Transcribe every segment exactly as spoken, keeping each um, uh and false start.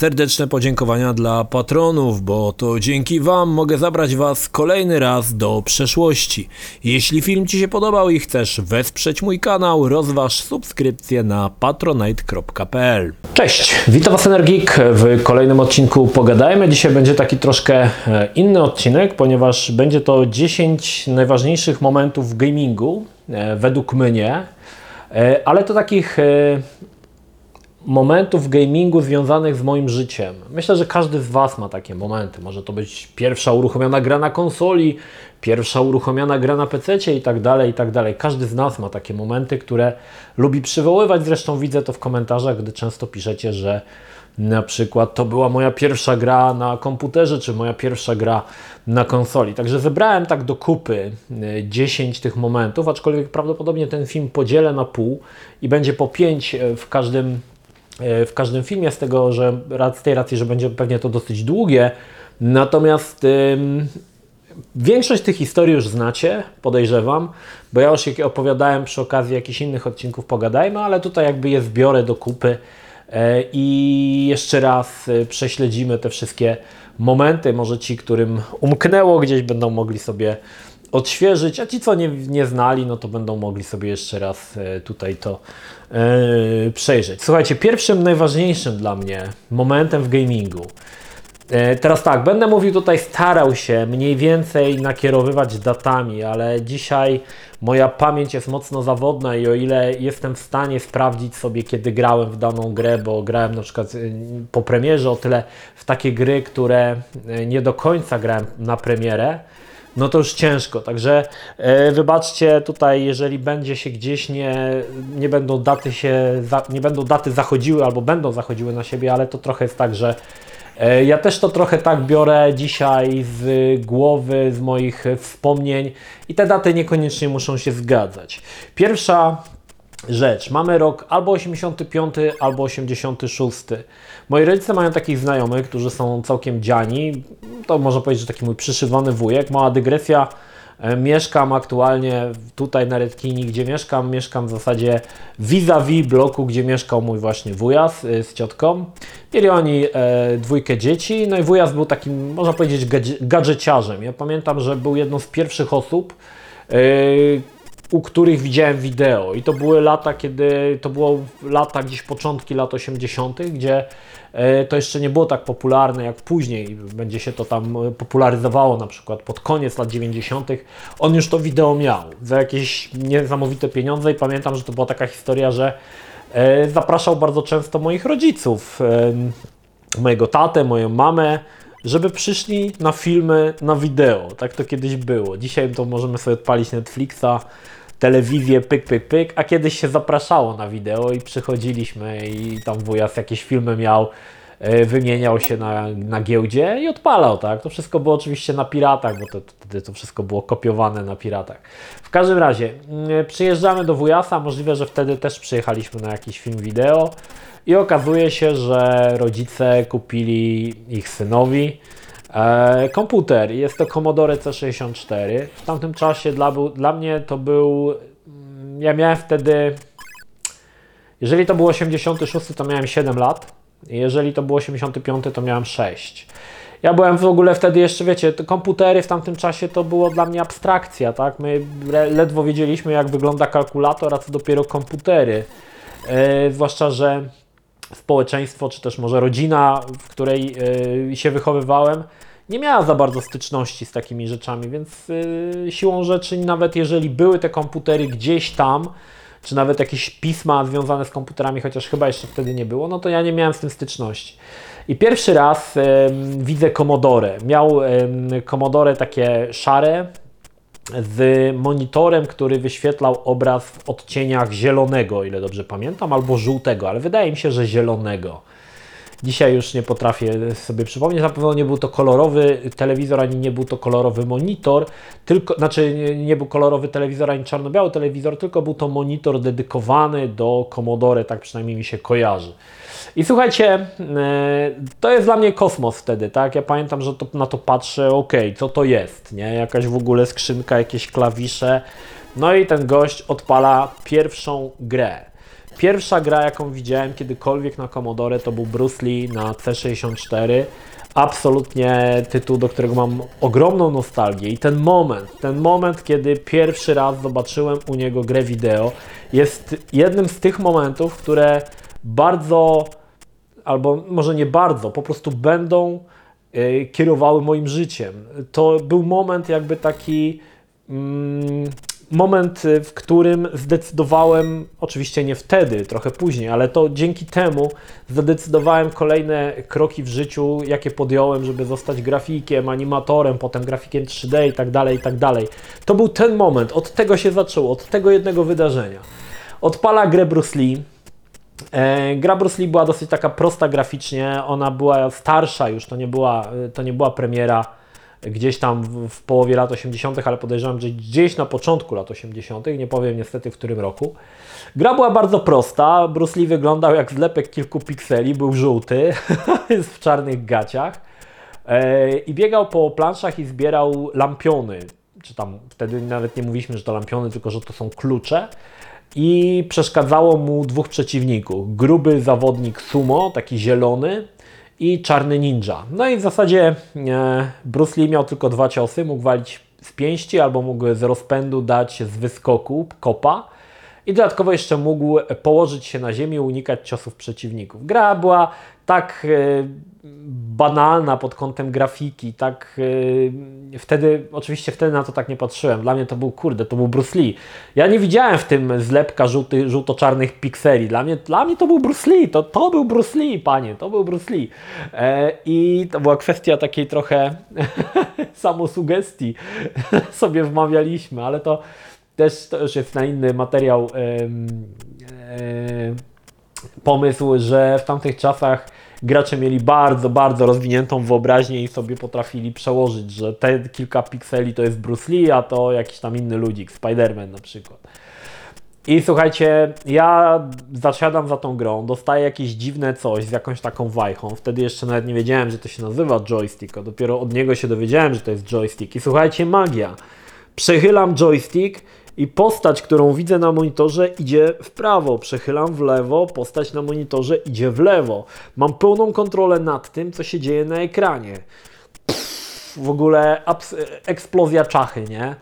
Serdeczne podziękowania dla patronów, bo to dzięki Wam mogę zabrać Was kolejny raz do przeszłości. Jeśli film Ci się podobał i chcesz wesprzeć mój kanał, rozważ subskrypcję na patronite kropka p l. Cześć, witam Was Energik w kolejnym odcinku Pogadajmy. Dzisiaj będzie taki troszkę inny odcinek, ponieważ będzie to dziesięć najważniejszych momentów w gamingu, według mnie, ale to takich momentów w gamingu związanych z moim życiem. Myślę, że każdy z Was ma takie momenty. Może to być pierwsza uruchomiona gra na konsoli, pierwsza uruchomiona gra na pececie i tak dalej, i tak dalej. Każdy z nas ma takie momenty, które lubi przywoływać. Zresztą widzę to w komentarzach, gdy często piszecie, że na przykład to była moja pierwsza gra na komputerze, czy moja pierwsza gra na konsoli. Także zebrałem tak do kupy dziesięć tych momentów, aczkolwiek prawdopodobnie ten film podzielę na pół i będzie po pięć w każdym w każdym filmie, z tego, że z tej racji, że będzie pewnie to dosyć długie. Natomiast ym, większość tych historii już znacie, podejrzewam, bo ja już je opowiadałem przy okazji jakichś innych odcinków Pogadajmy, ale tutaj jakby je zbiorę do kupy yy, i jeszcze raz yy, prześledzimy te wszystkie momenty. Może ci, którym umknęło gdzieś, będą mogli sobie odświeżyć, a ci, co nie, nie znali, no to będą mogli sobie jeszcze raz e, tutaj to e, przejrzeć. Słuchajcie, pierwszym, najważniejszym dla mnie momentem w gamingu. E, teraz tak, będę mówił tutaj, starał się mniej więcej nakierowywać datami, ale dzisiaj moja pamięć jest mocno zawodna i o ile jestem w stanie sprawdzić sobie, kiedy grałem w daną grę, bo grałem na przykład po premierze, o tyle w takie gry, które nie do końca grałem na premierę, no to już ciężko, także e, wybaczcie tutaj, jeżeli będzie się gdzieś nie, nie będą daty się, za, nie będą daty zachodziły albo będą zachodziły na siebie, ale to trochę jest tak, że e, ja też to trochę tak biorę dzisiaj z głowy, z moich wspomnień i te daty niekoniecznie muszą się zgadzać. Pierwsza rzecz, mamy rok albo osiemdziesiąty piąty, albo osiemdziesiąty szósty. Moi rodzice mają takich znajomych, którzy są całkiem dziani. To można powiedzieć, że taki mój przyszywany wujek. Mała dygresja. Mieszkam aktualnie tutaj na Redkini, gdzie mieszkam. Mieszkam w zasadzie vis-a-vis bloku, gdzie mieszkał mój właśnie wujas z ciotką. Mieli oni e, dwójkę dzieci. No i wujas był takim, można powiedzieć, gadżeciarzem. Ja pamiętam, że był jedną z pierwszych osób, e, u których widziałem wideo i to były lata, kiedy to było lata, gdzieś początki lat osiemdziesiątych, gdzie e, to jeszcze nie było tak popularne jak później, będzie się to tam popularyzowało na przykład pod koniec lat dziewięćdziesiątych. On już to wideo miał za jakieś niesamowite pieniądze i pamiętam, że to była taka historia, że e, zapraszał bardzo często moich rodziców, e, mojego tatę, moją mamę, żeby przyszli na filmy, na wideo. Tak to kiedyś było. Dzisiaj to możemy sobie odpalić Netflixa, telewizję, pyk, pyk, pyk, a kiedyś się zapraszało na wideo i przychodziliśmy i tam wujas jakieś filmy miał, wymieniał się na, na giełdzie i odpalał, tak? To wszystko było oczywiście na piratach, bo to, wtedy to wszystko było kopiowane na piratach. W każdym razie przyjeżdżamy do wujasa, możliwe, że wtedy też przyjechaliśmy na jakiś film wideo i okazuje się, że rodzice kupili ich synowi e, komputer. Jest to Commodore C sześćdziesiąt cztery. W tamtym czasie dla, dla mnie to był, ja miałem wtedy, jeżeli to był osiemdziesiąty szósty, to miałem siedem lat. Jeżeli to było osiemdziesiąty piąty, to miałem sześć. Ja byłem w ogóle wtedy jeszcze, wiecie, te komputery w tamtym czasie to było dla mnie abstrakcja, tak? My ledwo wiedzieliśmy, jak wygląda kalkulator, a co dopiero komputery. E, zwłaszcza, że społeczeństwo, czy też może rodzina, w której y, się wychowywałem, nie miała za bardzo styczności z takimi rzeczami, więc y, siłą rzeczy, nawet jeżeli były te komputery gdzieś tam, czy nawet jakieś pisma związane z komputerami, chociaż chyba jeszcze wtedy nie było, no to ja nie miałem z tym styczności. I pierwszy raz y, widzę Commodore. Miał y, Commodore takie szare, z monitorem, który wyświetlał obraz w odcieniach zielonego, o ile dobrze pamiętam, albo żółtego, ale wydaje mi się, że zielonego. Dzisiaj już nie potrafię sobie przypomnieć, na pewno nie był to kolorowy telewizor, ani nie był to kolorowy monitor, tylko, znaczy nie, nie był kolorowy telewizor, ani czarno-biały telewizor, tylko był to monitor dedykowany do Commodore, tak przynajmniej mi się kojarzy. I słuchajcie, to jest dla mnie kosmos wtedy, tak? Ja pamiętam, że to, na to patrzę, ok, co to jest, nie? Jakaś w ogóle skrzynka, jakieś klawisze. No i ten gość odpala pierwszą grę. Pierwsza gra, jaką widziałem kiedykolwiek na Commodore, to był Bruce Lee na C sześćdziesiąt cztery. Absolutnie tytuł, do którego mam ogromną nostalgię i ten moment, ten moment, kiedy pierwszy raz zobaczyłem u niego grę wideo, jest jednym z tych momentów, które bardzo, albo może nie bardzo, po prostu będą y, kierowały moim życiem. To był moment jakby taki... Mm, moment, w którym zdecydowałem, oczywiście nie wtedy, trochę później, ale to dzięki temu zadecydowałem kolejne kroki w życiu, jakie podjąłem, żeby zostać grafikiem, animatorem, potem grafikiem trzy D i tak dalej, i tak dalej. To był ten moment, od tego się zaczęło, od tego jednego wydarzenia. Odpala grę Bruce Lee. E, gra Bruce Lee była dosyć taka prosta graficznie, ona była starsza już, to nie była, to nie była premiera gdzieś tam w, w połowie lat osiemdziesiątych, ale podejrzewam, że gdzieś na początku lat osiemdziesiątych, nie powiem niestety w którym roku. Gra była bardzo prosta, Bruce Lee wyglądał jak zlepek kilku pikseli, był żółty, jest w czarnych gaciach e, i biegał po planszach i zbierał lampiony, czy tam wtedy nawet nie mówiliśmy, że to lampiony, tylko że to są klucze. I przeszkadzało mu dwóch przeciwników, gruby zawodnik sumo, taki zielony, i czarny ninja. No i w zasadzie e, Bruce Lee miał tylko dwa ciosy, mógł walić z pięści albo mógł z rozpędu dać z wyskoku, kopa i dodatkowo jeszcze mógł położyć się na ziemi i unikać ciosów przeciwników. Gra była tak e, banalna pod kątem grafiki, tak e, wtedy, oczywiście wtedy na to tak nie patrzyłem. Dla mnie to był, kurde, to był Bruce Lee. Ja nie widziałem w tym zlepka żółty, żółto-czarnych pikseli. Dla mnie, dla mnie to był Bruce Lee, to, to był Bruce Lee, panie, to był Bruce Lee. E, I to była kwestia takiej trochę samosugestii, sobie wmawialiśmy, ale to też to już jest na inny materiał e, e, pomysł, że w tamtych czasach gracze mieli bardzo, bardzo rozwiniętą wyobraźnię i sobie potrafili przełożyć, że te kilka pikseli to jest Bruce Lee, a to jakiś tam inny ludzik, Spider-Man na przykład. I słuchajcie, ja zasiadam za tą grą, dostaję jakieś dziwne coś z jakąś taką wajchą. Wtedy jeszcze nawet nie wiedziałem, że to się nazywa joystick, a dopiero od niego się dowiedziałem, że to jest joystick. I słuchajcie, magia. Przechylam joystick i postać, którą widzę na monitorze, idzie w prawo, przechylam w lewo, postać na monitorze idzie w lewo. Mam pełną kontrolę nad tym, co się dzieje na ekranie. Pff, w ogóle eksplozja czachy, nie?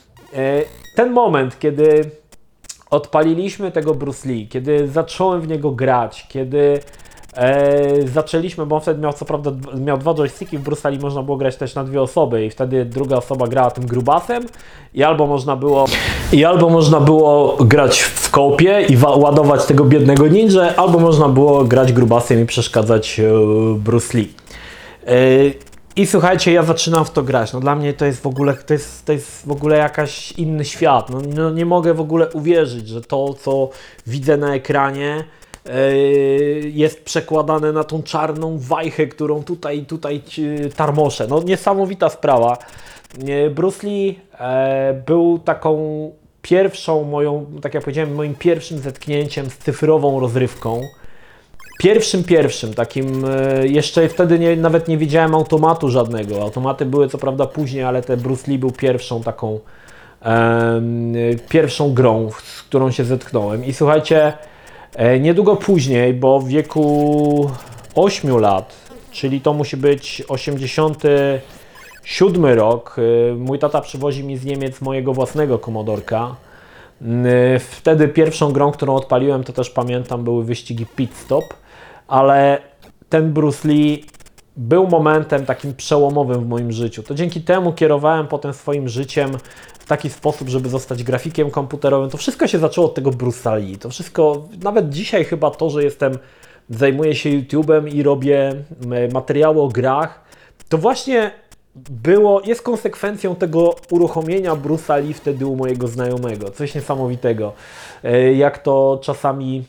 Ten moment, kiedy odpaliliśmy tego Bruce Lee, kiedy zacząłem w niego grać, kiedy e, zaczęliśmy, bo on wtedy miał co prawda miał dwa joysticki, w Bruce Lee można było grać też na dwie osoby i wtedy druga osoba grała tym grubasem i albo można było i albo można było grać w kołpie i ładować tego biednego ninja, albo można było grać grubasem i przeszkadzać e, Bruce Lee. E, I słuchajcie, ja zaczynam w to grać. No dla mnie to jest w ogóle, to jest, to jest w ogóle jakaś inny świat. No, no nie mogę w ogóle uwierzyć, że to, co widzę na ekranie, yy, jest przekładane na tą czarną wajchę, którą tutaj, tutaj tarmoszę. No niesamowita sprawa. Bruce Lee e, był taką pierwszą moją, tak jak powiedziałem, moim pierwszym zetknięciem z cyfrową rozrywką. Pierwszym, pierwszym, takim, jeszcze wtedy nie, nawet nie widziałem automatu żadnego. Automaty były co prawda później, ale te Bruce Lee był pierwszą taką, e, pierwszą grą, z którą się zetknąłem. I słuchajcie, e, niedługo później, bo w wieku ośmiu lat, czyli to musi być osiemdziesiąty siódmy rok, e, mój tata przywozi mi z Niemiec mojego własnego Commodorka. E, wtedy pierwszą grą, którą odpaliłem, to też pamiętam, były wyścigi Pit Stop. Ale ten Bruce Lee był momentem takim przełomowym w moim życiu. To dzięki temu kierowałem potem swoim życiem w taki sposób, żeby zostać grafikiem komputerowym. To wszystko się zaczęło od tego Bruce'a Lee. To wszystko, nawet dzisiaj chyba to, że jestem, zajmuję się YouTube'em i robię materiały o grach, to właśnie było, jest konsekwencją tego uruchomienia Bruce'a Lee wtedy u mojego znajomego. Coś niesamowitego. Jak to czasami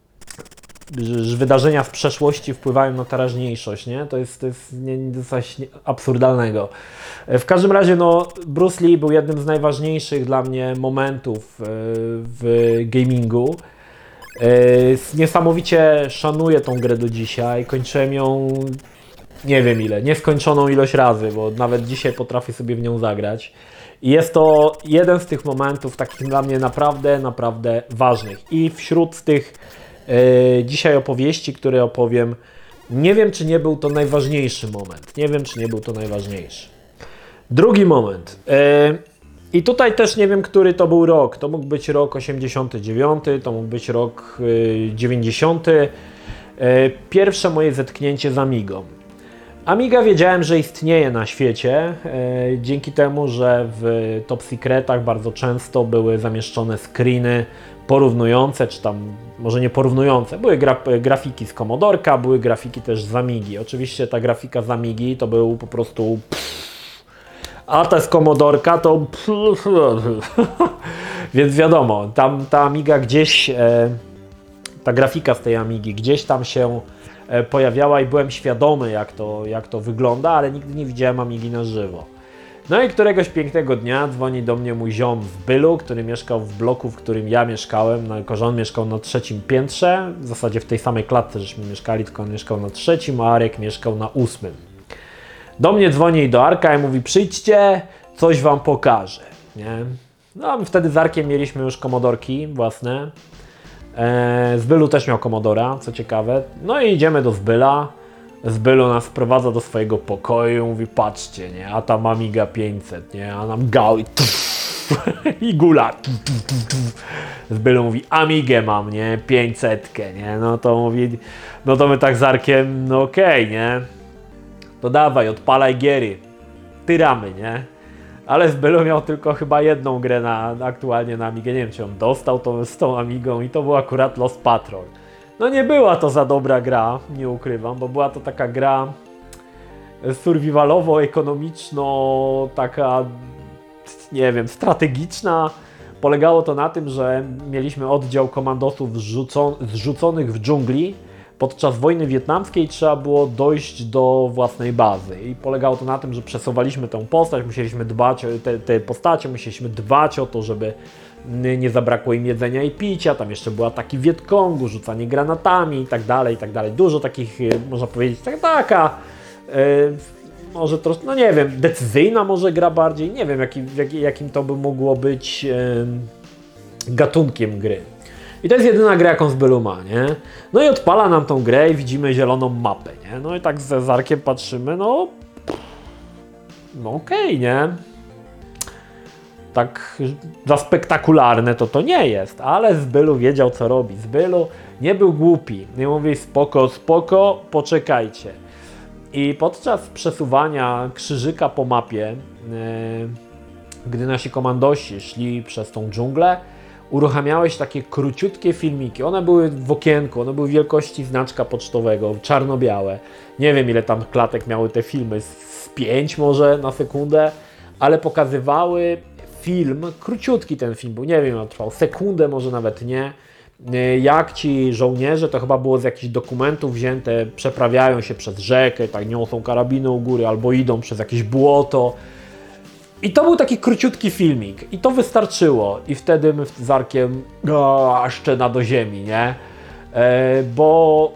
że wydarzenia w przeszłości wpływają na teraźniejszość, nie? To jest, to jest nie, nie, coś absurdalnego. W każdym razie, no, Bruce Lee był jednym z najważniejszych dla mnie momentów w gamingu. Niesamowicie szanuję tą grę do dzisiaj. Kończyłem ją nie wiem ile, nieskończoną ilość razy, bo nawet dzisiaj potrafię sobie w nią zagrać. I jest to jeden z tych momentów takich dla mnie naprawdę, naprawdę ważnych. I wśród tych yy, dzisiaj opowieści, które opowiem, nie wiem, czy nie był to najważniejszy moment. Nie wiem, czy nie był to najważniejszy. Drugi moment. Yy, I tutaj też nie wiem, który to był rok. To mógł być rok osiemdziesiąty dziewiąty, to mógł być rok yy, dziewięćdziesiąty. Yy, pierwsze moje zetknięcie z Amigą. Amiga wiedziałem, że istnieje na świecie, yy, dzięki temu, że w Top Secretach bardzo często były zamieszczone screeny porównujące, czy tam może nie porównujące, były gra, grafiki z Commodorka, były grafiki też z Amigi. Oczywiście ta grafika z Amigi to był po prostu pff, a ta z Commodorka to pff, więc wiadomo, tam ta Amiga gdzieś, e, ta grafika z tej Amigi gdzieś tam się e, pojawiała i byłem świadomy jak to, jak to wygląda, ale nigdy nie widziałem Amigi na żywo. No i któregoś pięknego dnia dzwoni do mnie mój ziom z Bylu, który mieszkał w bloku, w którym ja mieszkałem, no, tylko że on mieszkał na trzecim piętrze, w zasadzie w tej samej klatce żeśmy mieszkali, tylko on mieszkał na trzecim, a Arek mieszkał na ósmym. Do mnie dzwoni i do Arka i mówi: przyjdźcie, coś wam pokażę, nie? No a my wtedy z Arkiem mieliśmy już komodorki własne, eee, Zbylu też miał komodora, co ciekawe, no i idziemy do Zbyla. Zbylu nas wprowadza do swojego pokoju, mówi: patrzcie, nie, a tam Amiga pięćset, nie, a nam gał i i gula. Zbylu mówi: Amigę mam, nie, pięćsetkę, nie, no to mówi, no to my tak z Arkiem, no okej, okay, nie, to dawaj, odpalaj giery, tyramy, nie, ale Zbylu miał tylko chyba jedną grę na, aktualnie na Amigę, nie wiem, czy on dostał to z tą Amigą i to był akurat Lost Patrol. No nie była to za dobra gra, nie ukrywam, bo była to taka gra survivalowo-ekonomiczno, taka, nie wiem, strategiczna. Polegało to na tym, że mieliśmy oddział komandosów zrzucon- zrzuconych w dżungli. Podczas wojny wietnamskiej trzeba było dojść do własnej bazy i polegało to na tym, że przesuwaliśmy tę postać, musieliśmy dbać o te, te postacie, musieliśmy dbać o to, żeby nie zabrakło im jedzenia i picia, tam jeszcze były ataki Wietkongu, rzucanie granatami i tak dalej, i tak dalej. Dużo takich, można powiedzieć, tak, taka, yy, może troszkę, no nie wiem, decyzyjna może gra bardziej, nie wiem jaki, jak, jakim to by mogło być yy, gatunkiem gry. I to jest jedyna gra, jaką Zbylu ma, nie? No i odpala nam tą grę i widzimy zieloną mapę, nie? No i tak ze Zarkiem patrzymy, no, no okej, okay, nie? Tak za spektakularne to to nie jest, ale Zbylu wiedział, co robi. Zbylu nie był głupi. Nie mówi: spoko, spoko, poczekajcie. I podczas przesuwania krzyżyka po mapie, yy, gdy nasi komandosi szli przez tą dżunglę, uruchamiałeś takie króciutkie filmiki. One były w okienku, one były wielkości znaczka pocztowego, czarno-białe. Nie wiem, ile tam klatek miały te filmy, z pięć może na sekundę, ale pokazywały film, króciutki ten film był, nie wiem, on trwał sekundę, może nawet nie, jak ci żołnierze, to chyba było z jakichś dokumentów wzięte, przeprawiają się przez rzekę, tak niosą karabiny u góry, albo idą przez jakieś błoto. I to był taki króciutki filmik i to wystarczyło i wtedy my z Arkiem o, szczena do ziemi, nie? E, bo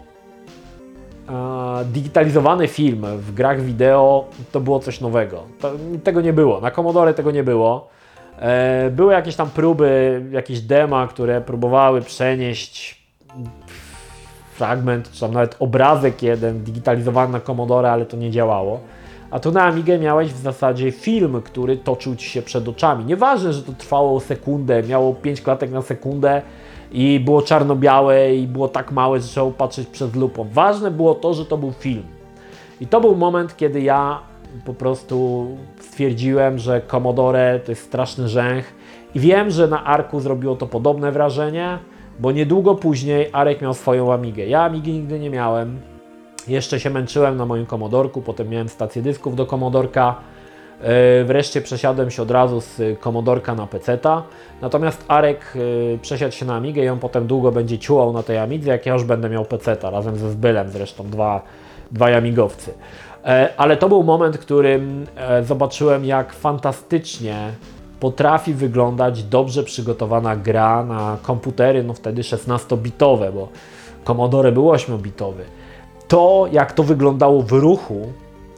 e, digitalizowany film w grach wideo to było coś nowego. To, tego nie było, na Commodore tego nie było. E, były jakieś tam próby, jakieś dema, które próbowały przenieść fragment, czy tam nawet obrazek jeden digitalizowany na Commodore, ale to nie działało. A tu na Amigę miałeś w zasadzie film, który toczył ci się przed oczami. Nieważne, że to trwało sekundę, miało pięć klatek na sekundę i było czarno-białe i było tak małe, że trzeba patrzeć przez lupą. Ważne było to, że to był film. I to był moment, kiedy ja po prostu stwierdziłem, że Commodore to jest straszny rzęch i wiem, że na Arku zrobiło to podobne wrażenie, bo niedługo później Arek miał swoją Amigę. Ja Amigi nigdy nie miałem. Jeszcze się męczyłem na moim Commodorku, potem miałem stację dysków do Commodorka. Yy, wreszcie przesiadłem się od razu z Commodorka na peceta. Natomiast Arek yy, przesiadł się na Amigę i on potem długo będzie ciułał na tej Amidze, jak ja już będę miał peceta, razem ze Zbylem zresztą, dwa, dwaj amigowcy. Yy, ale to był moment, w którym yy, zobaczyłem, jak fantastycznie potrafi wyglądać dobrze przygotowana gra na komputery, no wtedy szesnastobitowe, bo Commodore był ośmiobitowy. To, jak to wyglądało w ruchu,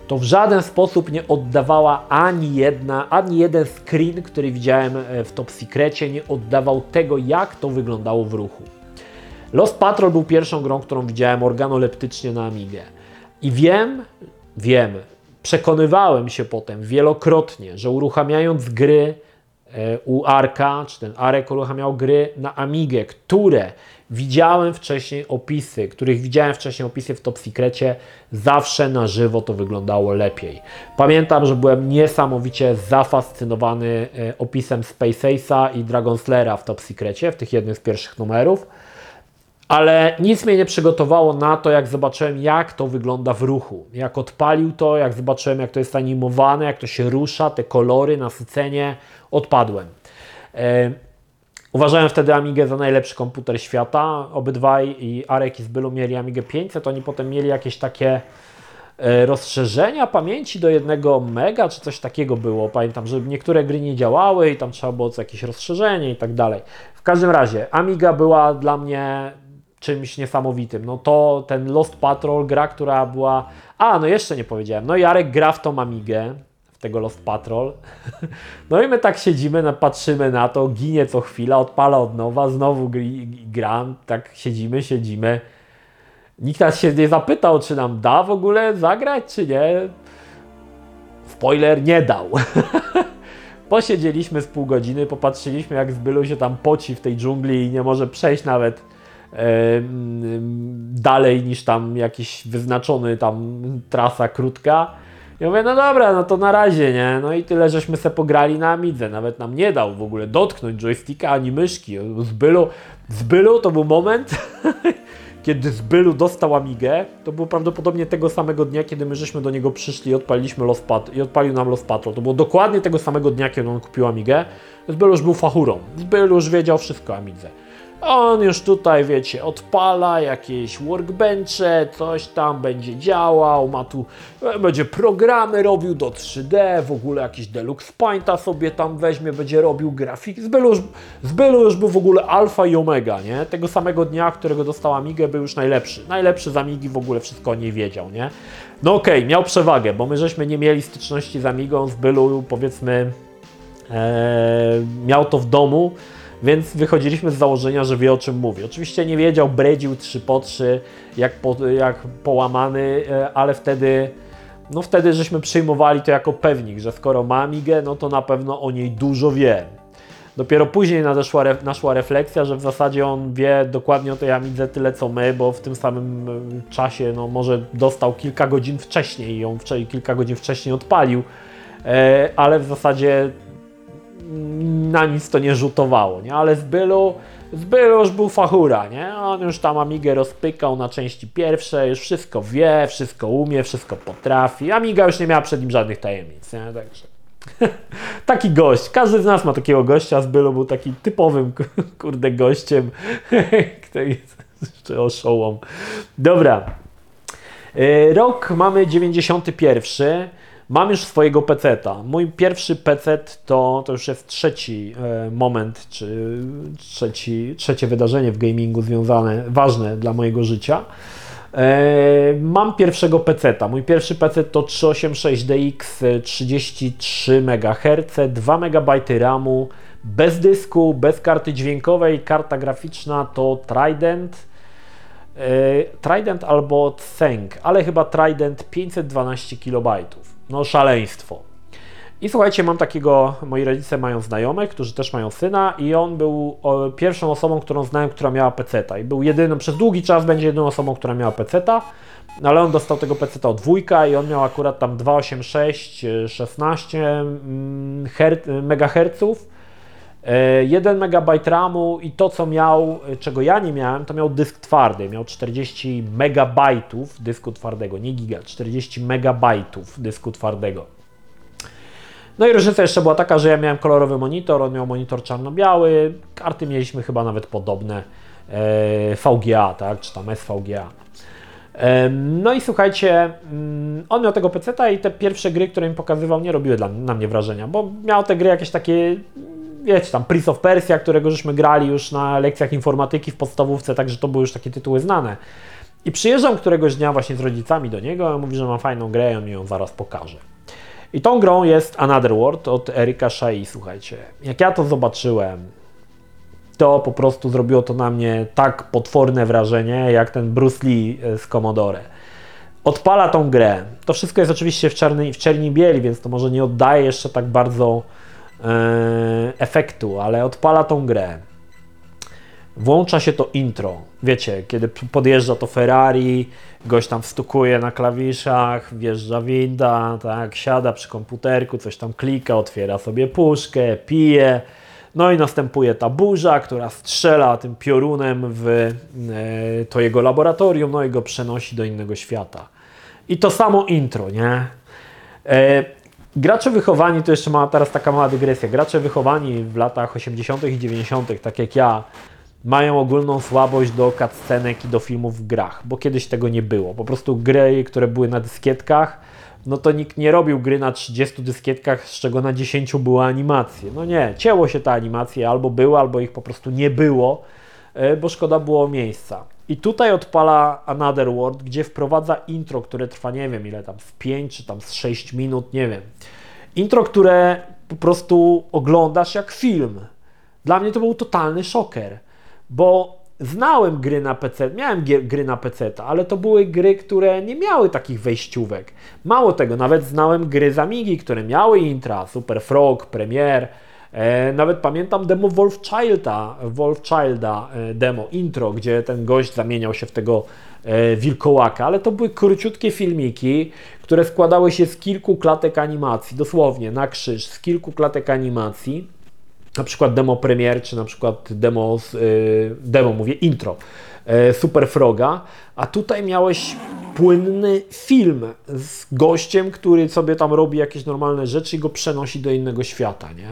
to w żaden sposób nie oddawała ani jedna, ani jeden screen, który widziałem w Top Secrecie, nie oddawał tego, jak to wyglądało w ruchu. Lost Patrol był pierwszą grą, którą widziałem organoleptycznie na Amigę. I wiem, wiem, przekonywałem się potem wielokrotnie, że uruchamiając gry u Arka, czy ten Arek uruchamiał gry na Amigę, które widziałem wcześniej opisy, których widziałem wcześniej opisy w Top Secrecie, zawsze na żywo to wyglądało lepiej. Pamiętam, że byłem niesamowicie zafascynowany opisem Space Ace'a i Dragon Slayera w Top Secrecie, w tych jednym z pierwszych numerów, ale nic mnie nie przygotowało na to, jak zobaczyłem, jak to wygląda w ruchu. Jak odpalił to, jak zobaczyłem, jak to jest animowane, jak to się rusza, te kolory, nasycenie, odpadłem. E, uważałem wtedy Amigę za najlepszy komputer świata. Obydwaj, i Arek i Zbylu, mieli Amigę pięćset, oni potem mieli jakieś takie e, rozszerzenia pamięci do jednego mega, czy coś takiego było. Pamiętam, że niektóre gry nie działały i tam trzeba było co jakieś rozszerzenie i tak dalej. W każdym razie, Amiga była dla mnie czymś niesamowitym. No to ten Lost Patrol, gra, która była... A, no jeszcze nie powiedziałem. No Jarek gra w tą Amigę, w tego Lost Patrol. No i my tak siedzimy, patrzymy na to, ginie co chwila, odpala od nowa, znowu gram, tak siedzimy, siedzimy. Nikt nas się nie zapytał, czy nam da w ogóle zagrać, czy nie. Spoiler, nie dał. Posiedzieliśmy z pół godziny, popatrzyliśmy, jak Zbylu się tam poci w tej dżungli i nie może przejść nawet dalej niż tam jakiś wyznaczony tam trasa krótka. Ja mówię, no dobra, no to na razie, nie? No i tyle, żeśmy se pograli na Amidze. Nawet nam nie dał w ogóle dotknąć joysticka ani myszki. Zbylu, Zbylu to był moment, kiedy Zbylu dostał Amigę. To było prawdopodobnie tego samego dnia, kiedy my żeśmy do niego przyszli i odpaliliśmy Lost Patrol, i odpalił nam Lost Patrol. To było dokładnie tego samego dnia, kiedy on kupił Amigę. Zbylu już był fachurą. Zbylu już wiedział wszystko o Amidze. On już tutaj, wiecie, odpala jakieś workbenche, coś tam będzie działał, ma tu, będzie programy robił do trzy D, w ogóle jakiś Deluxe Painta sobie tam weźmie, będzie robił grafiki. Zbylu już, Zbylu już był w ogóle alfa i omega, nie? Tego samego dnia, którego dostał Amigę, był już najlepszy. Najlepszy z Amigi, w ogóle wszystko o niej wiedział, nie? No okej, okay, miał przewagę, bo my żeśmy nie mieli styczności z Amigą, Zbylu, powiedzmy, ee, miał to w domu. Więc wychodziliśmy z założenia, że wie, o czym mówi. Oczywiście nie wiedział, bredził trzy po trzy, jak, po, jak połamany, ale wtedy, no wtedy żeśmy przyjmowali to jako pewnik, że skoro ma Amigę, no to na pewno o niej dużo wie. Dopiero później nadeszła, naszła refleksja, że w zasadzie on wie dokładnie o tej Amidze tyle, co my, bo w tym samym czasie, no może dostał kilka godzin wcześniej i ją kilka godzin wcześniej odpalił, ale w zasadzie na nic to nie rzutowało, nie? Ale Zbylu, Zbylu już był fachura, nie? On już tam Amigę rozpykał na części pierwsze, już wszystko wie, wszystko umie, wszystko potrafi. Amiga już nie miała przed nim żadnych tajemnic, nie? Także taki gość. Każdy z nas ma takiego gościa, Zbylu był takim typowym, kurde, gościem, który jest jeszcze oszołom. Dobra. Rok mamy dziewięćdziesiąty pierwszy. Mam już swojego peceta. Mój pierwszy pecet to, to już jest trzeci e, moment, czy trzeci, trzecie wydarzenie w gamingu związane, ważne dla mojego życia. E, mam pierwszego peceta. Mój pierwszy pecet to trzysta osiemdziesiąt sześć D X, trzydzieści trzy megaherce, dwa megabajty ramu, bez dysku, bez karty dźwiękowej, karta graficzna to Trident. E, Trident albo Tseng, ale chyba Trident pięćset dwanaście kilobajtów. No szaleństwo. I słuchajcie, mam takiego, moi rodzice mają znajomych, którzy też mają syna i on był o, pierwszą osobą, którą znałem, która miała peceta i był jedyną, przez długi czas będzie jedyną osobą, która miała peceta, ale on dostał tego peceta od wujka i on miał akurat tam dwieście osiemdziesiąt sześć, szesnaście megaherców, jeden megabajt ramu i to, co miał, czego ja nie miałem, to miał dysk twardy, miał czterdzieści megabajtów dysku twardego, nie giga, czterdzieści megabajtów dysku twardego. No i różnica jeszcze była taka, że ja miałem kolorowy monitor, on miał monitor czarno-biały, karty mieliśmy chyba nawet podobne, V G A, tak, czy tam S V G A. No i słuchajcie, on miał tego peceta i te pierwsze gry, które mi pokazywał, nie robiły dla, na mnie wrażenia, bo miał te gry jakieś takie, wiecie, tam Prince of Persia, którego żeśmy grali już na lekcjach informatyki w podstawówce, także to były już takie tytuły znane. I przyjeżdżam któregoś dnia właśnie z rodzicami do niego, a on mówi, że mam fajną grę i on mi ją zaraz pokaże. I tą grą jest Another World od Erika Shea, słuchajcie. Jak ja to zobaczyłem, to po prostu zrobiło to na mnie tak potworne wrażenie, jak ten Bruce Lee z Commodore. Odpala tą grę. To wszystko jest oczywiście w, czarnej, w czerni bieli, więc to może nie oddaje jeszcze tak bardzo e, efektu, ale odpala tą grę. Włącza się to intro. Wiecie, kiedy podjeżdża to Ferrari, gość tam wstukuje na klawiszach, wjeżdża winda, tak, siada przy komputerku, coś tam klika, otwiera sobie puszkę, pije. No i następuje ta burza, która strzela tym piorunem w e, to jego laboratorium, no i go przenosi do innego świata. I to samo intro, nie? E, gracze wychowani, to jeszcze ma teraz taka mała dygresja, gracze wychowani w latach osiemdziesiątych i dziewięćdziesiątych, tak jak ja, mają ogólną słabość do cutscenek i do filmów w grach, bo kiedyś tego nie było. Po prostu gry, które były na dyskietkach, no to nikt nie robił gry na trzydziestu dyskietkach, z czego na dziesięciu były animacje. No nie, cięło się te animacje, albo były, albo ich po prostu nie było, bo szkoda było miejsca. I tutaj odpala Another World, gdzie wprowadza intro, które trwa nie wiem ile tam, z pięć czy tam z sześć minut, nie wiem. Intro, które po prostu oglądasz jak film. Dla mnie to był totalny szoker, bo znałem gry na P C, miałem gry na P C, ale to były gry, które nie miały takich wejściówek. Mało tego, nawet znałem gry z Amigi, które miały intra, Super Frog, Premiere. E, nawet pamiętam demo Wolf Childa, Wolf Childa e, demo, intro, gdzie ten gość zamieniał się w tego e, wilkołaka, ale to były króciutkie filmiki, które składały się z kilku klatek animacji, dosłownie na krzyż, z kilku klatek animacji. Na przykład demo Premiere, czy na przykład demo, yy, demo mówię, intro yy, Super Froga, a tutaj miałeś płynny film z gościem, który sobie tam robi jakieś normalne rzeczy i go przenosi do innego świata, nie?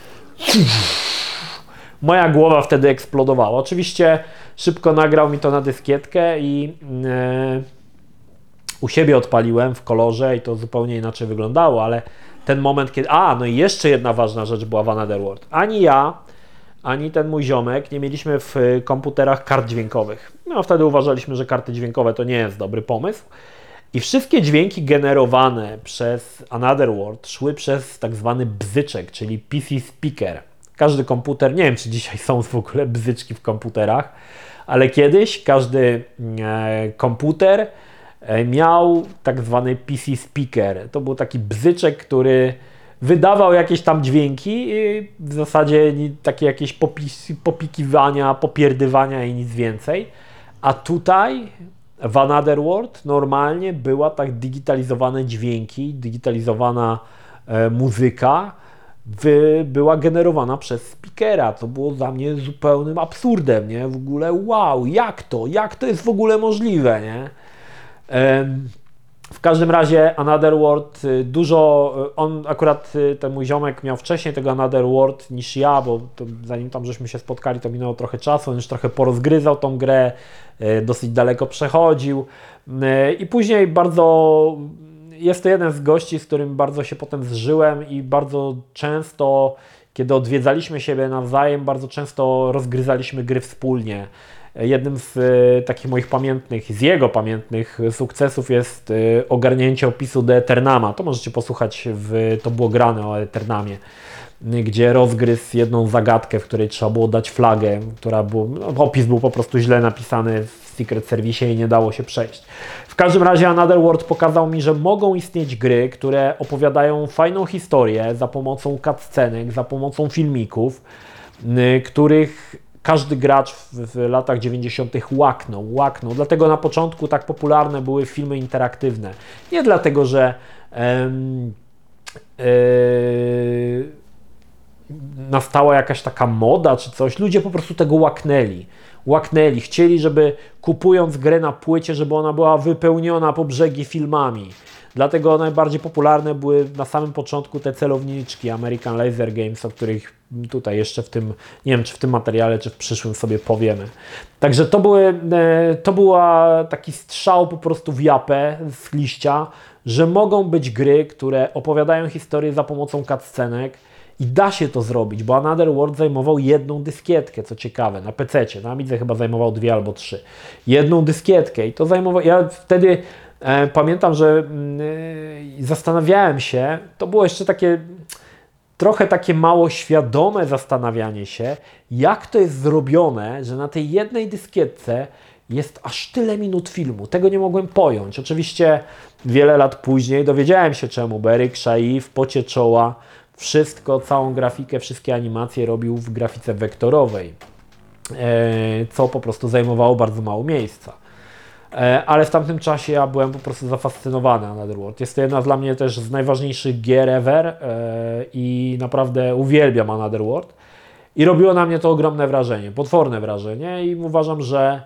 Moja głowa wtedy eksplodowała. Oczywiście szybko nagrał mi to na dyskietkę i yy, u siebie odpaliłem w kolorze i to zupełnie inaczej wyglądało, ale ten moment, kiedy... A, no i jeszcze jedna ważna rzecz była w Another World. Ani ja, ani ten mój ziomek nie mieliśmy w komputerach kart dźwiękowych. No wtedy uważaliśmy, że karty dźwiękowe to nie jest dobry pomysł. I wszystkie dźwięki generowane przez Another World szły przez tak zwany bzyczek, czyli P C Speaker. Każdy komputer, nie wiem czy dzisiaj są w ogóle bzyczki w komputerach, ale kiedyś każdy e, komputer miał tak zwany P C Speaker. To był taki bzyczek, który wydawał jakieś tam dźwięki i w zasadzie takie jakieś popis, popikiwania, popierdywania i nic więcej. A tutaj w Another World normalnie była tak digitalizowane dźwięki, digitalizowana e, muzyka wy, była generowana przez speakera. To było dla mnie zupełnym absurdem, nie? W ogóle wow, jak to? Jak to jest w ogóle możliwe, nie? W każdym razie Another World dużo, on akurat ten mój ziomek miał wcześniej tego Another World niż ja, bo to, zanim tam żeśmy się spotkali, to minęło trochę czasu, on już trochę porozgryzał tą grę, dosyć daleko przechodził i później bardzo, jest to jeden z gości, z którym bardzo się potem zżyłem i bardzo często, kiedy odwiedzaliśmy siebie nawzajem, bardzo często rozgryzaliśmy gry wspólnie. Jednym z y, takich moich pamiętnych, z jego pamiętnych sukcesów jest y, ogarnięcie opisu The Eternama. To możecie posłuchać, w, to było grane o Eternamie, y, gdzie rozgryzł jedną zagadkę, w której trzeba było dać flagę, która było, no, opis był po prostu źle napisany w Secret Service i nie dało się przejść. W każdym razie Another World pokazał mi, że mogą istnieć gry, które opowiadają fajną historię za pomocą cutscenek, za pomocą filmików, y, których każdy gracz w, w latach dziewięćdziesiątych łaknął, łaknął. Dlatego na początku tak popularne były filmy interaktywne. Nie dlatego, że em, e, nastała jakaś taka moda czy coś. Ludzie po prostu tego łaknęli. Łaknęli. Chcieli, żeby kupując grę na płycie, żeby ona była wypełniona po brzegi filmami. Dlatego najbardziej popularne były na samym początku te celowniczki American Laser Games, o których tutaj jeszcze w tym, nie wiem czy w tym materiale, czy w przyszłym sobie powiemy. Także to, były, to była taki strzał po prostu w japę z liścia, że mogą być gry, które opowiadają historię za pomocą cutscenek I da się to zrobić, bo Another World zajmował jedną dyskietkę, co ciekawe, na pececie, na Amidze chyba zajmował dwie albo trzy. Jedną dyskietkę i to zajmowało, ja wtedy e, pamiętam, że e, zastanawiałem się, to było jeszcze takie, trochę takie mało świadome zastanawianie się, jak to jest zrobione, że na tej jednej dyskietce jest aż tyle minut filmu. Tego nie mogłem pojąć. Oczywiście wiele lat później dowiedziałem się czemu, bo Eric Chahi w pocie czoła wszystko, całą grafikę, wszystkie animacje robił w grafice wektorowej, co po prostu zajmowało bardzo mało miejsca. Ale w tamtym czasie ja byłem po prostu zafascynowany Another World. Jest to jedna dla mnie też z najważniejszych gier ever i naprawdę uwielbiam Another World. I robiło na mnie to ogromne wrażenie, potworne wrażenie i uważam, że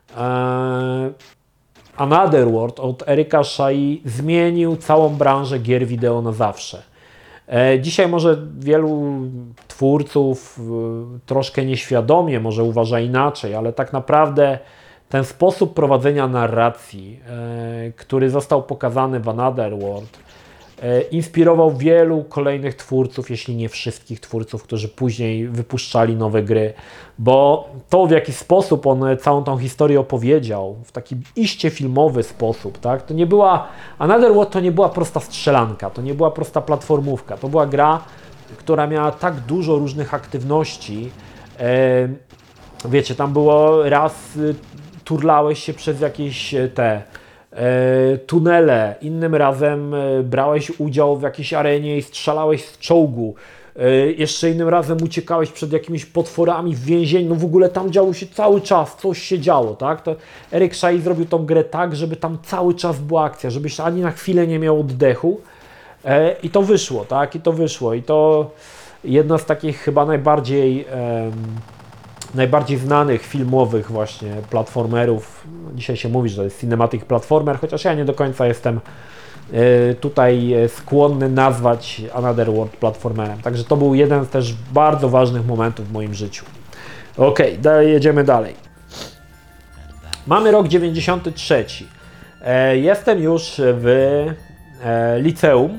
Another World od Erica Chahi zmienił całą branżę gier wideo na zawsze. Dzisiaj może wielu twórców troszkę nieświadomie może uważa inaczej, ale tak naprawdę ten sposób prowadzenia narracji, który został pokazany w Another World, inspirował wielu kolejnych twórców, jeśli nie wszystkich twórców, którzy później wypuszczali nowe gry, bo to, w jaki sposób on całą tą historię opowiedział, w taki iście filmowy sposób, tak? To nie była, Another World to nie była prosta strzelanka, to nie była prosta platformówka, to była gra, która miała tak dużo różnych aktywności, wiecie, tam było raz turlałeś się przez jakieś te tunele, innym razem brałeś udział w jakiejś arenie i strzelałeś z czołgu, jeszcze innym razem uciekałeś przed jakimiś potworami w więzieniu, no w ogóle tam działo się cały czas, coś się działo, tak? To Eric Chahi zrobił tą grę tak, żeby tam cały czas była akcja, żebyś ani na chwilę nie miał oddechu i to wyszło, tak? I to wyszło i to jedna z takich chyba najbardziej najbardziej znanych filmowych właśnie platformerów. Dzisiaj się mówi, że to jest cinematic platformer, chociaż ja nie do końca jestem y, tutaj skłonny nazwać Another World platformerem. Także to był jeden z też bardzo ważnych momentów w moim życiu. Ok, jedziemy dalej. Mamy rok dziewięćdziesiąty trzeci. E, jestem już w e, liceum.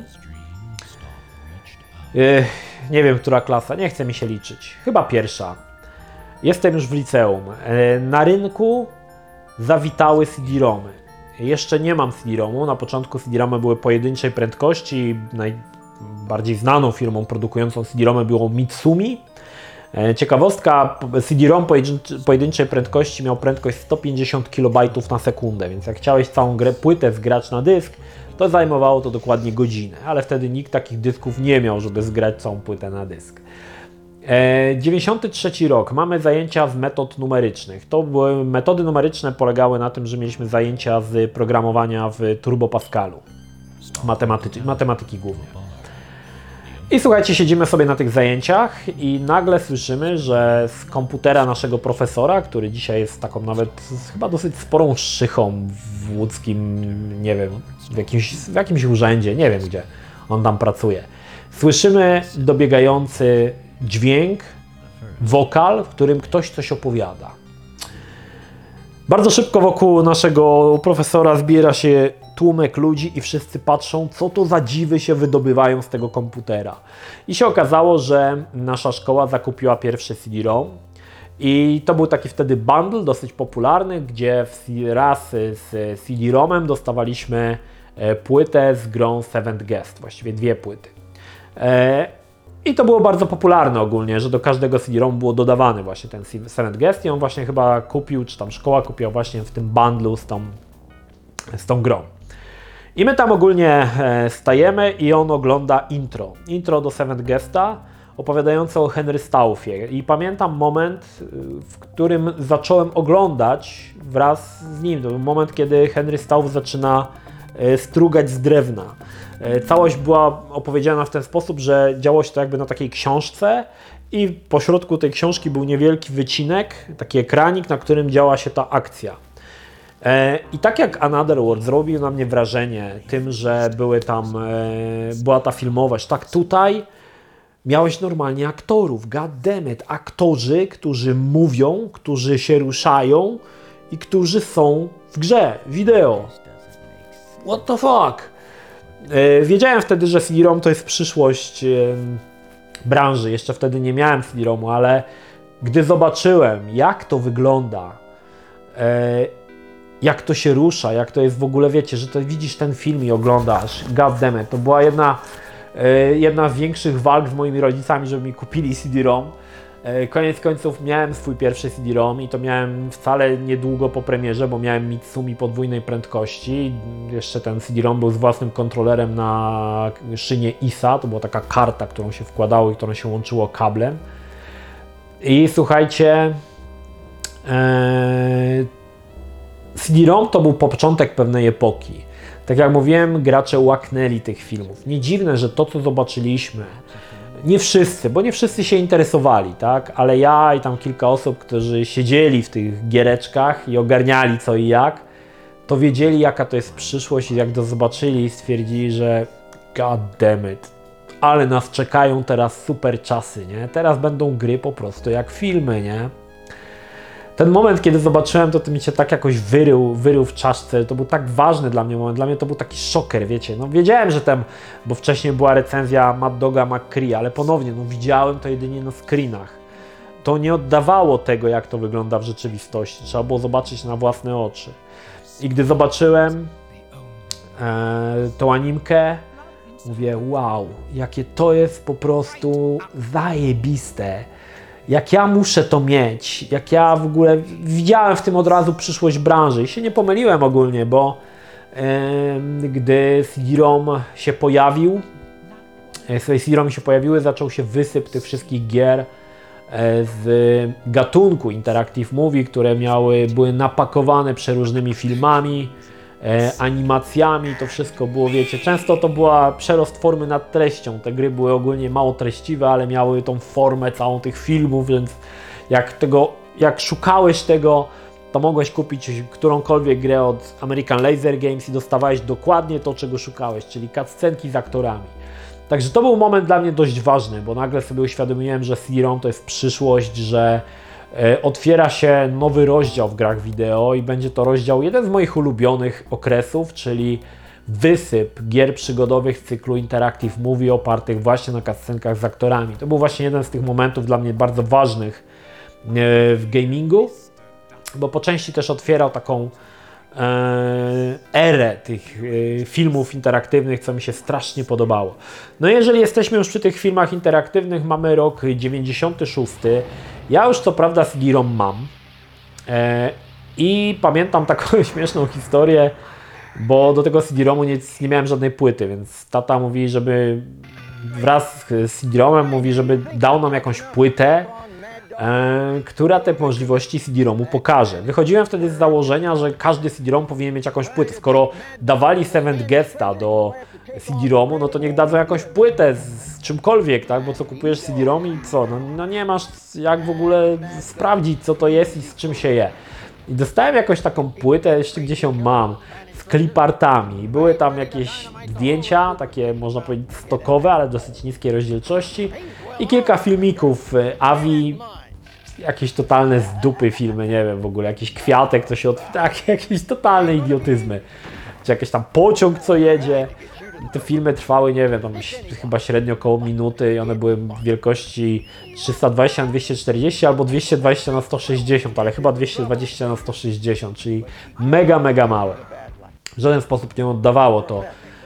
E, nie wiem, która klasa, nie chce mi się liczyć. Chyba pierwsza. Jestem już w liceum. Na rynku zawitały C D-romy. Jeszcze nie mam C D-romu. Na początku C D-romy były pojedynczej prędkości. Najbardziej znaną firmą produkującą C D-romy było Mitsumi. Ciekawostka, C D-rom pojedynczej prędkości miał prędkość sto pięćdziesiąt kilobajtów na sekundę, więc jak chciałeś całą grę, płytę zgrać na dysk, to zajmowało to dokładnie godzinę, ale wtedy nikt takich dysków nie miał, żeby zgrać całą płytę na dysk. dziewięćdziesiąty trzeci rok, mamy zajęcia z metod numerycznych. To były metody numeryczne, polegały na tym, że mieliśmy zajęcia z programowania w Turbo Pascalu, matematyki, matematyki głównie. I słuchajcie, siedzimy sobie na tych zajęciach i nagle słyszymy, że z komputera naszego profesora, który dzisiaj jest taką nawet chyba dosyć sporą szychą w łódzkim, nie wiem, w jakimś, w jakimś urzędzie, nie wiem gdzie on tam pracuje, słyszymy dobiegający dźwięk, wokal, w którym ktoś coś opowiada. Bardzo szybko wokół naszego profesora zbiera się tłumek ludzi i wszyscy patrzą, co to za dziwy się wydobywają z tego komputera. I się okazało, że nasza szkoła zakupiła pierwszy C D-rom i to był taki wtedy bundle dosyć popularny, gdzie raz z C D-romem dostawaliśmy płytę z grą Seventh Guest, właściwie dwie płyty. I to było bardzo popularne ogólnie, że do każdego C D-romu było dodawany właśnie ten Seventh Guest i on właśnie chyba kupił, czy tam szkoła kupiła właśnie w tym bundlu z tą, z tą grą. I my tam ogólnie stajemy i on ogląda intro. Intro do Seventh Guesta opowiadające o Henry Stauffie. I pamiętam moment, w którym zacząłem oglądać wraz z nim. To był moment, kiedy Henry Stauff zaczyna strugać z drewna. Całość była opowiedziana w ten sposób, że działo się to jakby na takiej książce i po środku tej książki był niewielki wycinek, taki ekranik, na którym działa się ta akcja. I tak jak Another World zrobił na mnie wrażenie tym, że były tam, była ta filmowość, tak tutaj miałeś normalnie aktorów, goddammit, aktorzy, którzy mówią, którzy się ruszają i którzy są w grze, wideo. What the fuck? Wiedziałem wtedy, że C D-rom to jest przyszłość branży. Jeszcze wtedy nie miałem C D-ROMu, ale gdy zobaczyłem, jak to wygląda, e, jak to się rusza, jak to jest w ogóle, wiecie, że to widzisz ten film i oglądasz, goddammit, to była jedna, e, jedna z większych walk z moimi rodzicami, żeby mi kupili C D-ROM. E, koniec końców miałem swój pierwszy C D-ROM i to miałem wcale niedługo po premierze, bo miałem Mitsumi podwójnej prędkości. Jeszcze ten C D-ROM był z własnym kontrolerem na szynie I S A, to była taka karta, którą się wkładało i którą się łączyło kablem. I słuchajcie, e, C D-ROM to był początek pewnej epoki. Tak jak mówiłem, gracze łaknęli tych filmów. Nie dziwne, że to, co zobaczyliśmy, nie wszyscy, bo nie wszyscy się interesowali, tak? Ale ja i tam kilka osób, którzy siedzieli w tych giereczkach i ogarniali co i jak, to wiedzieli, jaka to jest przyszłość i jak to zobaczyli, stwierdzili, że god damn it, ale nas czekają teraz super czasy, nie? Teraz będą gry po prostu jak filmy, nie? Ten moment, kiedy zobaczyłem, to, to mi się tak jakoś wyrył, wyrył w czaszce, to był tak ważny dla mnie moment, dla mnie to był taki szoker, wiecie, no wiedziałem, że tam, bo wcześniej była recenzja Mad Doga McCree, ale ponownie, no widziałem to jedynie na screenach. To nie oddawało tego, jak to wygląda w rzeczywistości, trzeba było zobaczyć na własne oczy. I gdy zobaczyłem e, tą animkę, mówię, wow, jakie to jest po prostu zajebiste. Jak ja muszę to mieć, jak ja w ogóle widziałem w tym od razu przyszłość branży i się nie pomyliłem ogólnie, bo yy, gdy C D-ROM się pojawił, yy, C D-ROM się pojawiły, zaczął się wysyp tych wszystkich gier yy, z gatunku Interactive Movie, które miały, były napakowane przeróżnymi filmami, E, animacjami, to wszystko było, wiecie, często to była przerost formy nad treścią, te gry były ogólnie mało treściwe, ale miały tą formę całą tych filmów, więc jak tego, jak szukałeś tego, to mogłeś kupić którąkolwiek grę od American Laser Games i dostawałeś dokładnie to, czego szukałeś, czyli cutscenki z aktorami. Także to był moment dla mnie dość ważny, bo nagle sobie uświadomiłem, że C D-ROM to jest przyszłość, że otwiera się nowy rozdział w grach wideo i będzie to rozdział, jeden z moich ulubionych okresów, czyli wysyp gier przygodowych z cyklu Interactive Movie opartych właśnie na cutscenkach z aktorami. To był właśnie jeden z tych momentów dla mnie bardzo ważnych w gamingu, bo po części też otwierał taką erę tych filmów interaktywnych, co mi się strasznie podobało. No jeżeli jesteśmy już przy tych filmach interaktywnych, mamy rok dziewięćdziesiąty szósty. Ja już co prawda C D-ROM mam i pamiętam taką śmieszną historię, bo do tego C D-ROMu nie, nie miałem żadnej płyty, więc tata mówi, żeby wraz z C D-ROMem mówi, żeby dał nam jakąś płytę, E, która te możliwości C D-ROMu pokaże. Wychodziłem wtedy z założenia, że każdy C D-ROM powinien mieć jakąś płytę. Skoro dawali Seventh Guesta do C D-ROMu, no to niech dadzą jakąś płytę z, z czymkolwiek, tak? Bo co, kupujesz C D-ROM i co? No, no nie masz jak w ogóle sprawdzić, co to jest i z czym się je. I dostałem jakąś taką płytę, jeszcze gdzieś ją mam, z clipartami. Były tam jakieś zdjęcia, takie można powiedzieć stokowe, ale dosyć niskiej rozdzielczości i kilka filmików A V I, jakieś totalne z dupy filmy, nie wiem w ogóle, jakiś kwiatek, to się od... tak, jakieś totalne idiotyzmy. Czy jakiś tam pociąg, co jedzie. Te filmy trwały, nie wiem, tam chyba średnio około minuty i one były wielkości trzysta dwadzieścia na dwieście czterdzieści albo dwieście dwadzieścia na sto sześćdziesiąt, ale chyba dwieście dwadzieścia na sto sześćdziesiąt, czyli mega, mega małe. W żaden sposób nie oddawało to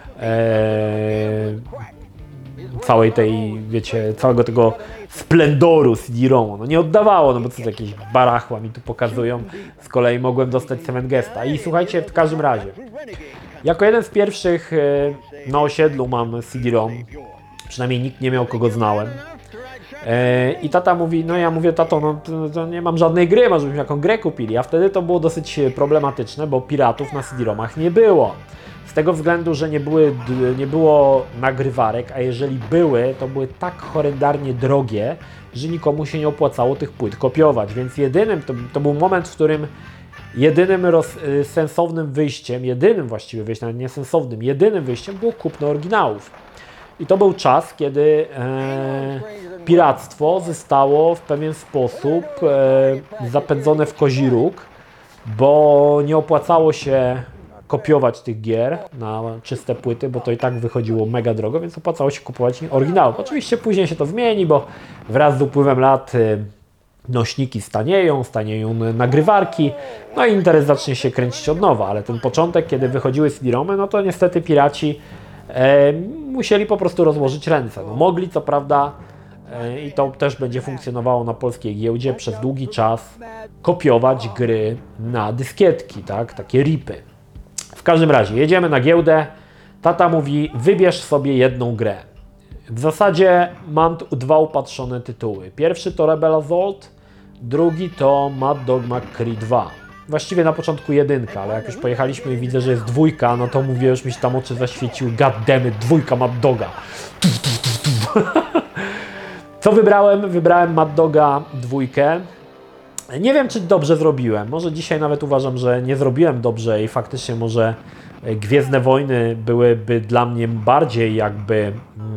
ee, całej tej, wiecie, całego tego splendoru C D-ROMu. No nie oddawało, no bo co jakieś barachła mi tu pokazują. Z kolei mogłem dostać Seventh Guesta. I słuchajcie, w każdym razie, jako jeden z pierwszych e, na osiedlu mam C D-ROM. Przynajmniej nikt nie miał, kogo znałem. E, I tata mówi, no ja mówię, tato, no to, to nie mam żadnej gry, może byśmy jaką grę kupili. A wtedy to było dosyć problematyczne, bo piratów na C D-ROMach nie było. Z tego względu, że nie, były, nie było nagrywarek, a jeżeli były, to były tak horrendarnie drogie, że nikomu się nie opłacało tych płyt kopiować. Więc jedynym, to, to był moment, w którym jedynym roz, sensownym wyjściem, jedynym właściwie wyjściem, nawet nie sensownym, jedynym wyjściem było kupno oryginałów. I to był czas, kiedy e, piractwo zostało w pewien sposób e, zapędzone w kozi róg, bo nie opłacało się kopiować tych gier na czyste płyty, bo to i tak wychodziło mega drogo, więc opłacało się kupować oryginały. Oczywiście później się to zmieni, bo wraz z upływem lat nośniki stanieją, stanieją nagrywarki, no i interes zacznie się kręcić od nowa, ale ten początek, kiedy wychodziły C D-romy, no to niestety piraci e, musieli po prostu rozłożyć ręce. No, mogli co prawda, e, i to też będzie funkcjonowało na polskiej giełdzie, przez długi czas kopiować gry na dyskietki, tak? Takie ripy. W każdym razie, jedziemy na giełdę, tata mówi, wybierz sobie jedną grę. W zasadzie mam tu dwa upatrzone tytuły. Pierwszy to Rebel Assault, drugi to Mad Dog McCree dwa. Właściwie na początku jedynka, ale jak już pojechaliśmy i widzę, że jest dwójka, no to mówię, już mi się tam oczy zaświeciły. God damn it, dwójka Mad Doga. Co wybrałem? Wybrałem Mad Doga dwójkę. Nie wiem, czy dobrze zrobiłem. Może dzisiaj nawet uważam, że nie zrobiłem dobrze i faktycznie może Gwiezdne Wojny byłyby dla mnie bardziej jakby...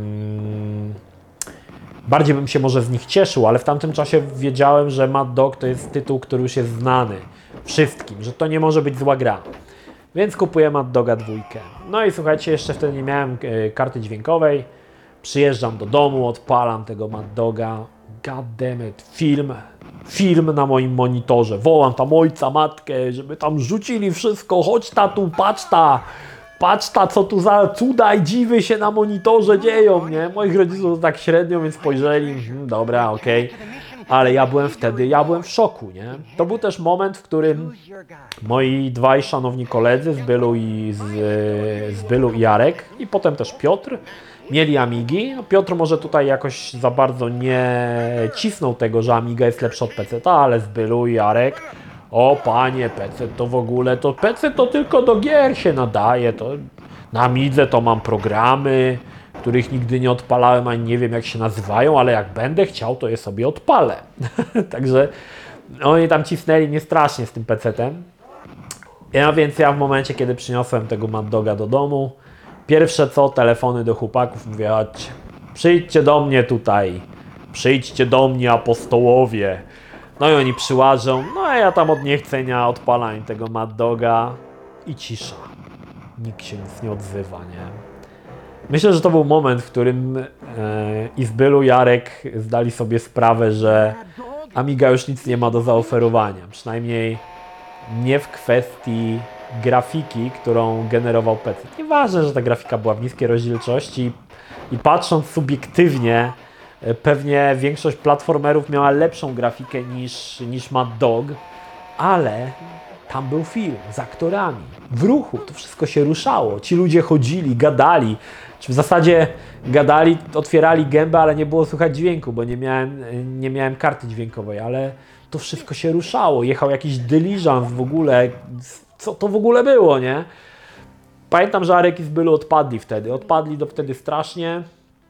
Hmm, bardziej bym się może z nich cieszył, ale w tamtym czasie wiedziałem, że Mad Dog to jest tytuł, który już jest znany wszystkim, że to nie może być zła gra. Więc kupuję Mad Doga dwójkę. No i słuchajcie, jeszcze wtedy nie miałem e, karty dźwiękowej. Przyjeżdżam do domu, odpalam tego Mad Doga. God damn it, film, film na moim monitorze. Wołam tam ojca, matkę, żeby tam rzucili wszystko. Chodź tatu, patrz ta, patrz ta, co tu za cuda i dziwy się na monitorze dzieją, nie? Moich rodziców tak średnio, więc spojrzeli, hmm, dobra, okej. Okay. Ale ja byłem wtedy, ja byłem w szoku, nie? To był też moment, w którym moi dwaj szanowni koledzy, Zbylu i, z, Zbylu i Jarek, i potem też Piotr, mieli Amigi. No, Piotr może tutaj jakoś za bardzo nie cisnął tego, że Amiga jest lepsza od peceta, ale Zbylu i Jarek, o panie, pecet to w ogóle, to pecet to tylko do gier się nadaje, to na Amidze to mam programy, których nigdy nie odpalałem, ani nie wiem jak się nazywają, ale jak będę chciał, to je sobie odpalę. Także oni tam cisnęli mnie strasznie z tym pecetem. Ja więc ja w momencie, kiedy przyniosłem tego Mad Doga do domu, pierwsze co, telefony do chłopaków, mówię, chodź, przyjdźcie do mnie tutaj, przyjdźcie do mnie apostołowie. No i oni przyłażą, no a ja tam od niechcenia odpalam tego Mad Doga i cisza. Nikt się nic nie odzywa, nie? Myślę, że to był moment, w którym e, i Zbylu, Jarek zdali sobie sprawę, że Amiga już nic nie ma do zaoferowania. Przynajmniej nie w kwestii grafiki, którą generował P C. Nieważne, że ta grafika była w niskiej rozdzielczości i patrząc subiektywnie, e, pewnie większość platformerów miała lepszą grafikę niż, niż Mad Dog, ale tam był film z aktorami, w ruchu, to wszystko się ruszało. Ci ludzie chodzili, gadali, czy w zasadzie gadali, otwierali gębę, ale nie było słychać dźwięku, bo nie miałem, nie miałem karty dźwiękowej, ale to wszystko się ruszało. Jechał jakiś dyliżans w ogóle, co to w ogóle było, nie? Pamiętam, że Arek i Zbylu odpadli wtedy, odpadli do wtedy strasznie.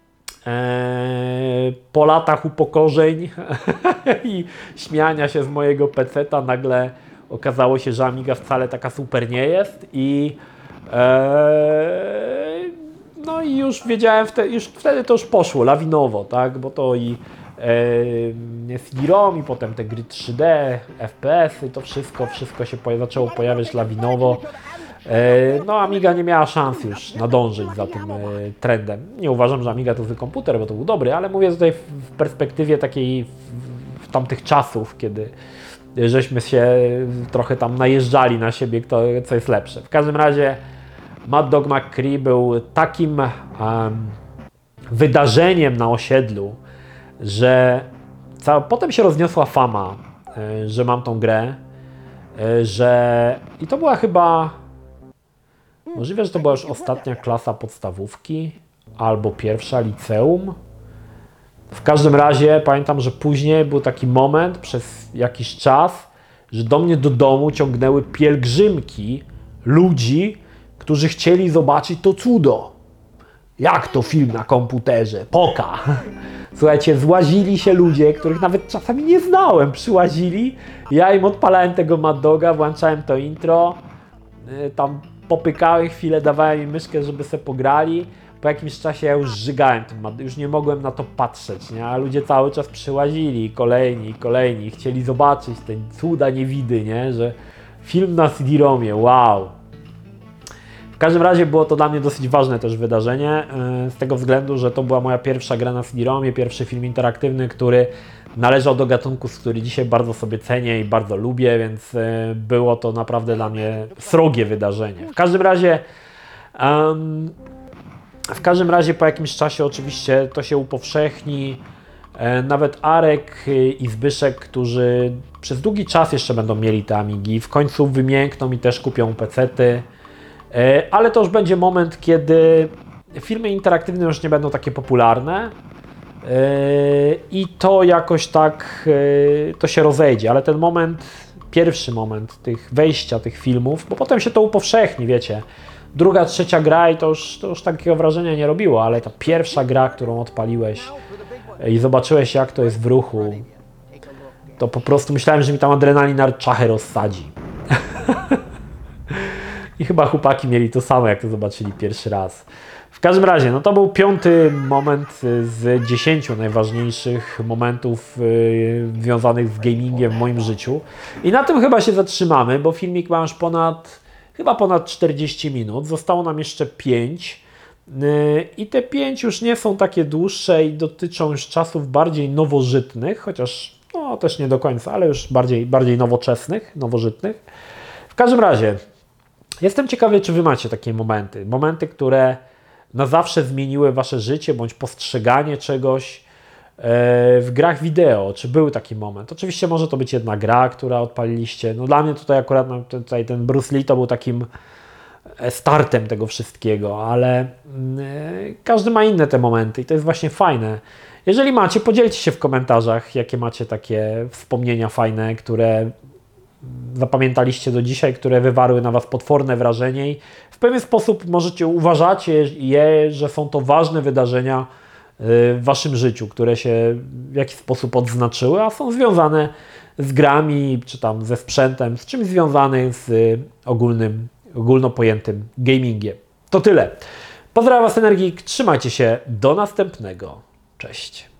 Eee, po latach upokorzeń i śmiania się z mojego peceta nagle okazało się, że Amiga wcale taka super nie jest i eee, no i już wiedziałem, wtedy, już wtedy to już poszło lawinowo, tak, bo to i eee, C D-ROM i potem te gry trzy D, F P S-y, to wszystko, wszystko się poja- zaczęło pojawiać lawinowo. No Amiga nie miała szans już nadążyć za tym trendem. Nie uważam, że Amiga to zły komputer, bo to był dobry, ale mówię tutaj w perspektywie takiej w tamtych czasów, kiedy żeśmy się trochę tam najeżdżali na siebie, kto, co jest lepsze. W każdym razie Mad Dog McCree był takim um, wydarzeniem na osiedlu, że ca- potem się rozniosła fama, y, że mam tą grę, y, że i to była chyba możliwe, że to była już ostatnia klasa podstawówki albo pierwsza liceum. W każdym razie pamiętam, że później był taki moment przez jakiś czas, że do mnie do domu ciągnęły pielgrzymki ludzi, którzy chcieli zobaczyć to cudo. Jak to film na komputerze? Poka. Słuchajcie, złazili się ludzie, których nawet czasami nie znałem, przyłazili. Ja im odpalałem tego Mad Doga, włączałem to intro, tam popykałem chwilę, dawałem im myszkę, żeby sobie pograli. Po jakimś czasie ja już żygałem tym, już nie mogłem na to patrzeć, nie? A ludzie cały czas przyłazili, kolejni, kolejni, chcieli zobaczyć ten cuda niewidy, nie? Że film na C D-ROMie, wow. każdym razie było to dla mnie dosyć ważne też wydarzenie, z tego względu, że to była moja pierwsza gra na C D-ROMie, pierwszy film interaktywny, który należał do gatunku, z który dzisiaj bardzo sobie cenię i bardzo lubię, więc było to naprawdę dla mnie srogie wydarzenie. W każdym razie, um, w każdym razie po jakimś czasie oczywiście to się upowszechni. Nawet Arek i Zbyszek, którzy przez długi czas jeszcze będą mieli te Amigi, w końcu wymiękną i też kupią pecety, ale to już będzie moment, kiedy filmy interaktywne już nie będą takie popularne i to jakoś tak to się rozejdzie, ale ten moment, pierwszy moment tych wejścia tych filmów, bo potem się to upowszechni, wiecie, druga, trzecia gra i to już, to już takiego wrażenia nie robiło, ale ta pierwsza gra, którą odpaliłeś i zobaczyłeś, jak to jest w ruchu, to po prostu myślałem, że mi tam adrenalina czachę rozsadzi. I chyba chłopaki mieli to samo, jak to zobaczyli pierwszy raz. W każdym razie, no to był piąty moment z dziesięciu najważniejszych momentów yy, związanych z gamingiem w moim życiu. I na tym chyba się zatrzymamy, bo filmik ma już ponad, chyba ponad czterdzieści minut. Zostało nam jeszcze pięć. I te pięć już nie są takie dłuższe i dotyczą już czasów bardziej nowożytnych, chociaż no też nie do końca, ale już bardziej, bardziej nowoczesnych, nowożytnych. W każdym razie, jestem ciekawy, czy Wy macie takie momenty. Momenty, które na zawsze zmieniły Wasze życie, bądź postrzeganie czegoś w grach wideo. Czy był taki moment? Oczywiście może to być jedna gra, która odpaliliście. No dla mnie tutaj akurat no, tutaj ten Bruce Lee to był takim startem tego wszystkiego, ale yy, każdy ma inne te momenty i to jest właśnie fajne. Jeżeli macie, podzielcie się w komentarzach, jakie macie takie wspomnienia fajne, które zapamiętaliście do dzisiaj, które wywarły na Was potworne wrażenie i w pewien sposób możecie, uważacie je, że są to ważne wydarzenia w Waszym życiu, które się w jakiś sposób odznaczyły, a są związane z grami, czy tam ze sprzętem, z czymś związanym z ogólnym ogólnopojętym gamingiem. To tyle. Pozdrawiam Was, Energik, trzymajcie się, do następnego. Cześć.